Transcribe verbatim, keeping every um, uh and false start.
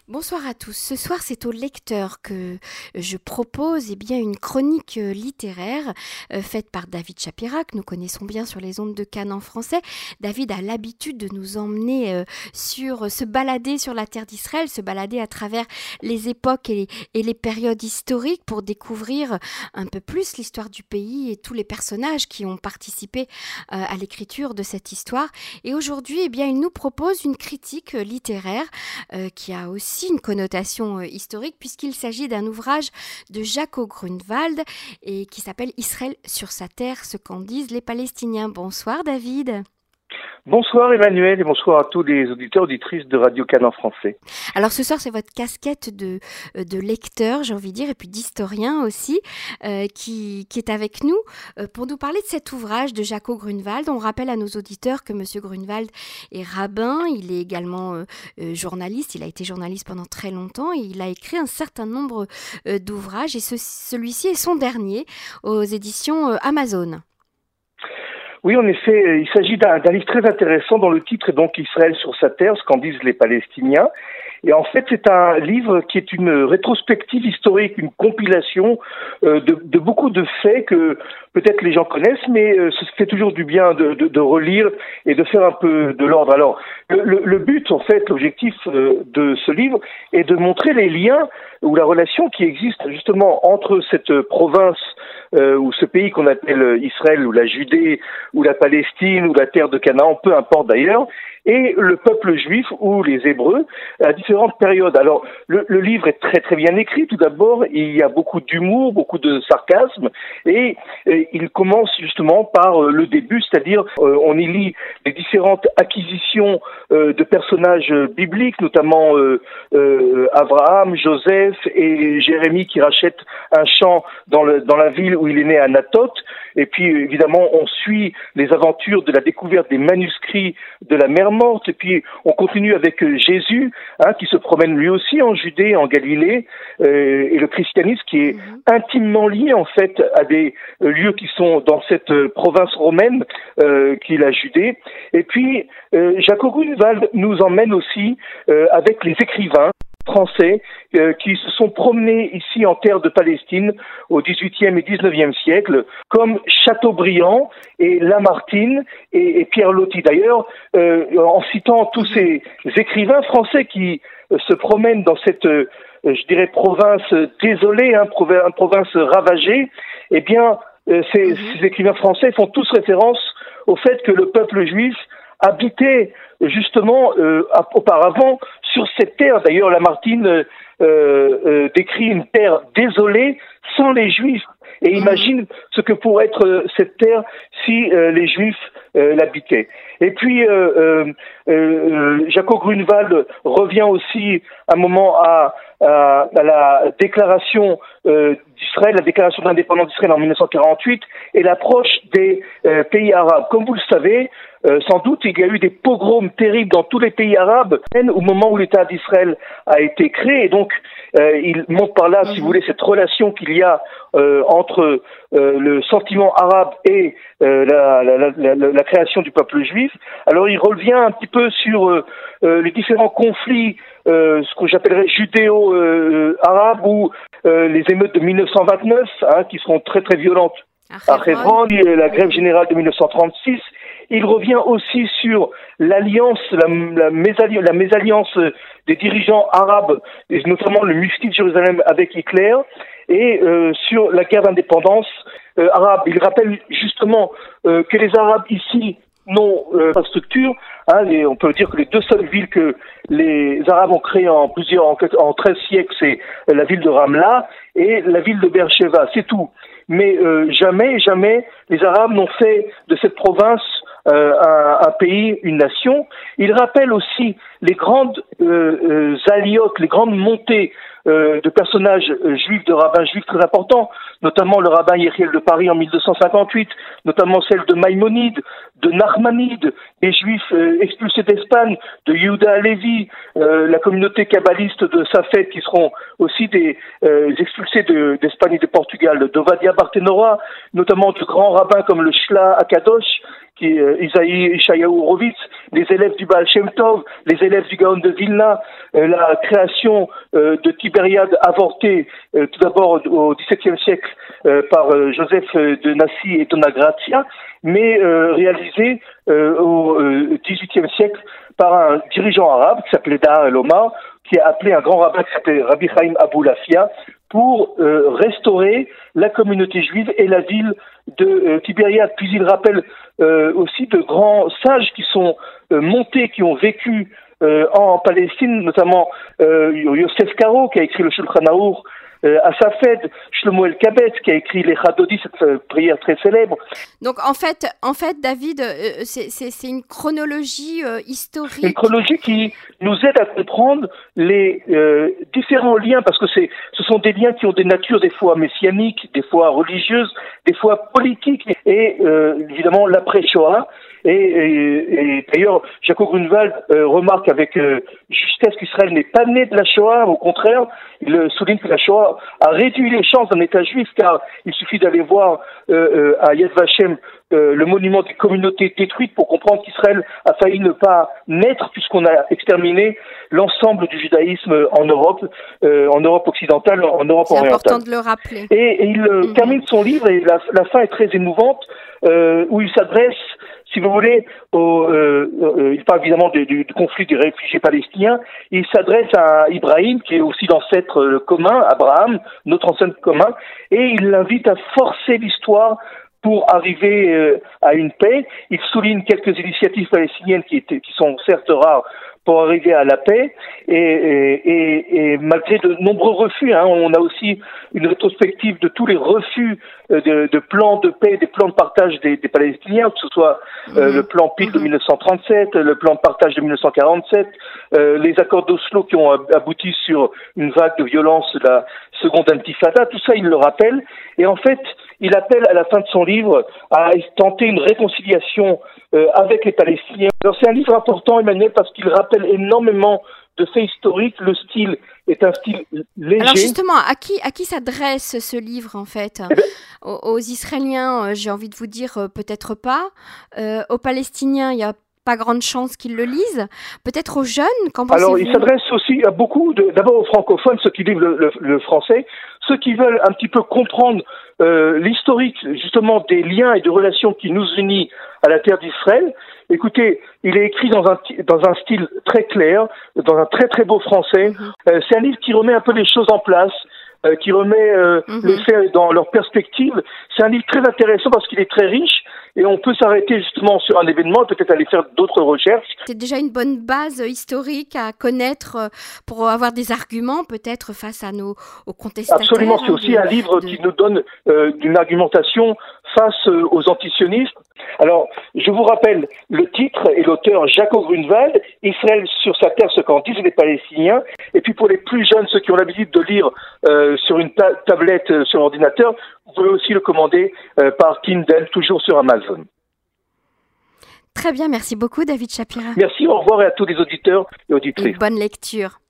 Bonsoir à tous. Ce soir, c'est au lecteur que je propose eh bien, une chronique littéraire euh, faite par David Chapirac. Nous connaissons bien sur les ondes de Cannes en français. David a l'habitude de nous emmener euh, sur se balader sur la terre d'Israël, se balader à travers les époques et les, et les périodes historiques pour découvrir un peu plus l'histoire du pays et tous les personnages qui ont participé euh, à l'écriture de cette histoire. Et aujourd'hui, eh bien, il nous propose une critique littéraire euh, qui a aussi une connotation euh, historique puisqu'il s'agit d'un ouvrage de Jaco Grunewald et qui s'appelle Israël sur sa terre, ce qu'en disent les Palestiniens. Bonsoir David. Bonsoir Emmanuel et bonsoir à tous les auditeurs auditrices de Radio Cannes en français. Alors ce soir c'est votre casquette de, de lecteur, j'ai envie de dire, et puis d'historien aussi, euh, qui, qui est avec nous euh, pour nous parler de cet ouvrage de Jaco Grunewald. On rappelle à nos auditeurs que Monsieur Grunewald est rabbin, il est également euh, euh, journaliste, il a été journaliste pendant très longtemps et il a écrit un certain nombre euh, d'ouvrages et ce, celui-ci est son dernier aux éditions euh, Amazon. Oui, en effet, il s'agit d'un, d'un livre très intéressant dont le titre est donc Israël sur sa terre, ce qu'en disent les Palestiniens. Et en fait, c'est un livre qui est une rétrospective historique, une compilation euh, de, de beaucoup de faits que peut-être les gens connaissent, mais euh, ça fait toujours du bien de, de, de relire et de faire un peu de l'ordre. Alors, le, le, le but, en fait, l'objectif euh, de ce livre est de montrer les liens ou la relation qui existe justement entre cette province euh, ou ce pays qu'on appelle Israël ou la Judée ou la Palestine ou la terre de Canaan, peu importe d'ailleurs, et le peuple juif ou les Hébreux à différentes périodes. Alors, le, le livre est très très bien écrit. Tout d'abord, il y a beaucoup d'humour, beaucoup de sarcasme, et, et il commence justement par euh, le début, c'est-à-dire euh, on y lit les différentes acquisitions euh, de personnages bibliques, notamment euh, euh, Abraham, Joseph et Jérémie qui rachètent un champ dans, le, dans la ville où il est né à Anathoth. Et puis évidemment, on suit les aventures de la découverte des manuscrits de la mer morte, et puis on continue avec euh, Jésus, hein, qui se promène lui aussi en Judée, en Galilée, euh, et le christianisme qui est mmh. intimement lié en fait à des euh, lieux qui sont dans cette euh, province romaine euh, qui est la Judée. Et puis euh, Jaco Grunewald nous emmène aussi euh, avec les écrivains français euh, qui se sont promenés ici en terre de Palestine au dix-huitième et dix-neuvième siècle, comme Chateaubriand et Lamartine et, et Pierre Loti. D'ailleurs, euh, en citant tous ces écrivains français qui euh, se promènent dans cette, euh, je dirais, province désolée, hein, province, province ravagée, eh bien, euh, ces, ces écrivains français font tous référence au fait que le peuple juif habitait justement euh, auparavant sur cette terre. D'ailleurs, Lamartine euh, euh, décrit une terre désolée sans les Juifs et imagine ce que pourrait être euh, cette terre si euh, les Juifs euh, l'habitaient. Et puis, euh, euh, euh, Jaco Grunewald revient aussi un moment à, à, à la déclaration euh, d'Israël, la déclaration d'indépendance d'Israël en dix-neuf cent quarante-huit et l'approche des euh, pays arabes. Comme vous le savez, Euh, sans doute, il y a eu des pogroms terribles dans tous les pays arabes au moment où l'État d'Israël a été créé. Et donc, euh, il montre par là, si vous voulez, cette relation qu'il y a euh, entre euh, le sentiment arabe et euh, la, la, la, la, la création du peuple juif. Alors, il revient un petit peu sur euh, euh, les différents conflits, euh, ce que j'appellerais judéo-arabes, euh, ou euh, les émeutes de dix-neuf cent vingt-neuf, hein, qui seront très très violentes à Hebron, la grève générale de dix-neuf cent trente-six. Il revient aussi sur l'alliance, la, la, mésalliance, la mésalliance des dirigeants arabes, et notamment le mufti de Jérusalem avec Hitler, et euh, sur la guerre d'indépendance euh, arabe. Il rappelle justement euh, que les Arabes ici n'ont euh, pas de structure. Hein, et on peut dire que les deux seules villes que les Arabes ont créées en plusieurs, en, en treize siècles, c'est la ville de Ramla et la ville de Beersheba, c'est tout. Mais euh, jamais, jamais, les Arabes n'ont fait de cette province Euh, un, un pays, une nation. Il rappelle aussi les grandes euh, euh, aliotes, les grandes montées euh, de personnages euh, juifs, de rabbins juifs très importants, notamment le rabbin Yechiel de Paris en mille deux cent cinquante-huit, notamment celle de Maïmonide, de Nachmanide, des juifs euh, expulsés d'Espagne, de Yehuda Halevi, euh, la communauté kabbaliste de Safed qui seront aussi des euh, expulsés de, d'Espagne et de Portugal, d'Ovadia Barthénora, notamment de grands rabbins comme le Shla Akadosh, qui est euh, Isaïe Ishayahu Horowitz, les élèves du Baal Shem Tov, les élèves du Gaon de Vilna, euh, la création euh, de Tibériade avortée, euh, tout d'abord au dix-septième siècle euh, par euh, Joseph de Nassi et Dona Grazia, mais euh, réalisée euh, au euh, dix-huitième siècle par un dirigeant arabe qui s'appelait Daha el-Omar, qui a appelé un grand rabbin qui s'appelait Rabbi Chaim Abulafia pour euh, restaurer la communauté juive et la ville de euh, Tibériade. Puis il rappelle euh, aussi de grands sages qui sont euh, montés, qui ont vécu euh, en Palestine, notamment euh, Yosef Karo qui a écrit le Shulchan Arour, euh, à Safed, Shlomo El-Kabetz qui a écrit les Chadodi, cette euh, prière très célèbre. Donc en fait, en fait David, euh, c'est, c'est, c'est une chronologie euh, historique. Une chronologie qui nous aide à comprendre les euh, différents liens, parce que c'est, ce sont des liens qui ont des natures des fois messianiques, des fois religieuses, des fois politiques, et euh, évidemment l'après-Shoah. Et, et, et d'ailleurs, Jaco Grunewald euh, remarque avec euh, justesse qu'Israël n'est pas né de la Shoah, au contraire, il euh, souligne que la Shoah a réduit les chances d'un État juif, car il suffit d'aller voir euh, euh, à Yad Vashem euh, le monument des communautés détruites pour comprendre qu'Israël a failli ne pas naître, puisqu'on a exterminé l'ensemble du judaïsme en Europe, euh, en Europe occidentale, en Europe C'est orientale. C'est important de le rappeler. Et, et il euh, mm-hmm. termine son livre, et la, la fin est très émouvante, euh, où il s'adresse, si vous voulez, au, euh, euh, il parle évidemment du, du, du conflit des réfugiés palestiniens, il s'adresse à Ibrahim, qui est aussi l'ancêtre euh, commun, Abraham, notre ancêtre commun, et il l'invite à forcer l'histoire pour arriver euh, à une paix. Il souligne quelques initiatives palestiniennes qui, étaient, qui sont certes rares pour arriver à la paix, et, et, et, et malgré de nombreux refus, hein, on a aussi une rétrospective de tous les refus de, de plans de paix, des plans de partage des, des Palestiniens, que ce soit euh, mmh. le plan P I L de mmh. dix-neuf cent trente-sept, le plan de partage de dix-neuf cent quarante-sept, euh, les accords d'Oslo qui ont abouti sur une vague de violence de la seconde intifada, tout ça il le rappelle, et en fait il appelle à la fin de son livre à tenter une réconciliation euh, avec les Palestiniens. Alors c'est un livre important, Emmanuel, parce qu'il rappelle énormément de faits historiques. Le style est un style léger. Alors justement, à qui, à qui s'adresse ce livre en fait ? eh ben, aux, aux Israéliens, euh, j'ai envie de vous dire euh, peut-être pas. Euh, aux Palestiniens, il y a pas grande chance qu'ils le lisent. Peut-être aux jeunes, qu'en pensez-vous ? Alors, il s'adresse aussi à beaucoup, de, d'abord aux francophones, ceux qui lisent le, le, le français, ceux qui veulent un petit peu comprendre euh, l'historique, justement, des liens et des relations qui nous unissent à la terre d'Israël. Écoutez, il est écrit dans un, dans un style très clair, dans un très très beau français. Mm-hmm. Euh, c'est un livre qui remet un peu les choses en place, euh, qui remet euh, mm-hmm. les faits dans leur perspective. C'est un livre très intéressant parce qu'il est très riche. Et on peut s'arrêter justement sur un événement et peut-être aller faire d'autres recherches. C'est déjà une bonne base historique à connaître pour avoir des arguments peut-être face à nos aux contestataires. Absolument, c'est aussi de, un livre de... qui nous donne euh, une argumentation face euh, aux antisionistes. Alors, je vous rappelle le titre et l'auteur Jaco Grunewald, Israël sur sa terre, ce qu'en disent les Palestiniens. Et puis pour les plus jeunes, ceux qui ont l'habitude de lire euh, sur une ta- tablette, euh, sur l'ordinateur, vous pouvez aussi le commander euh, par Kindle, toujours sur Amazon. Très bien, merci beaucoup David Shapira. Merci, au revoir et à tous les auditeurs et auditrices. Une bonne lecture.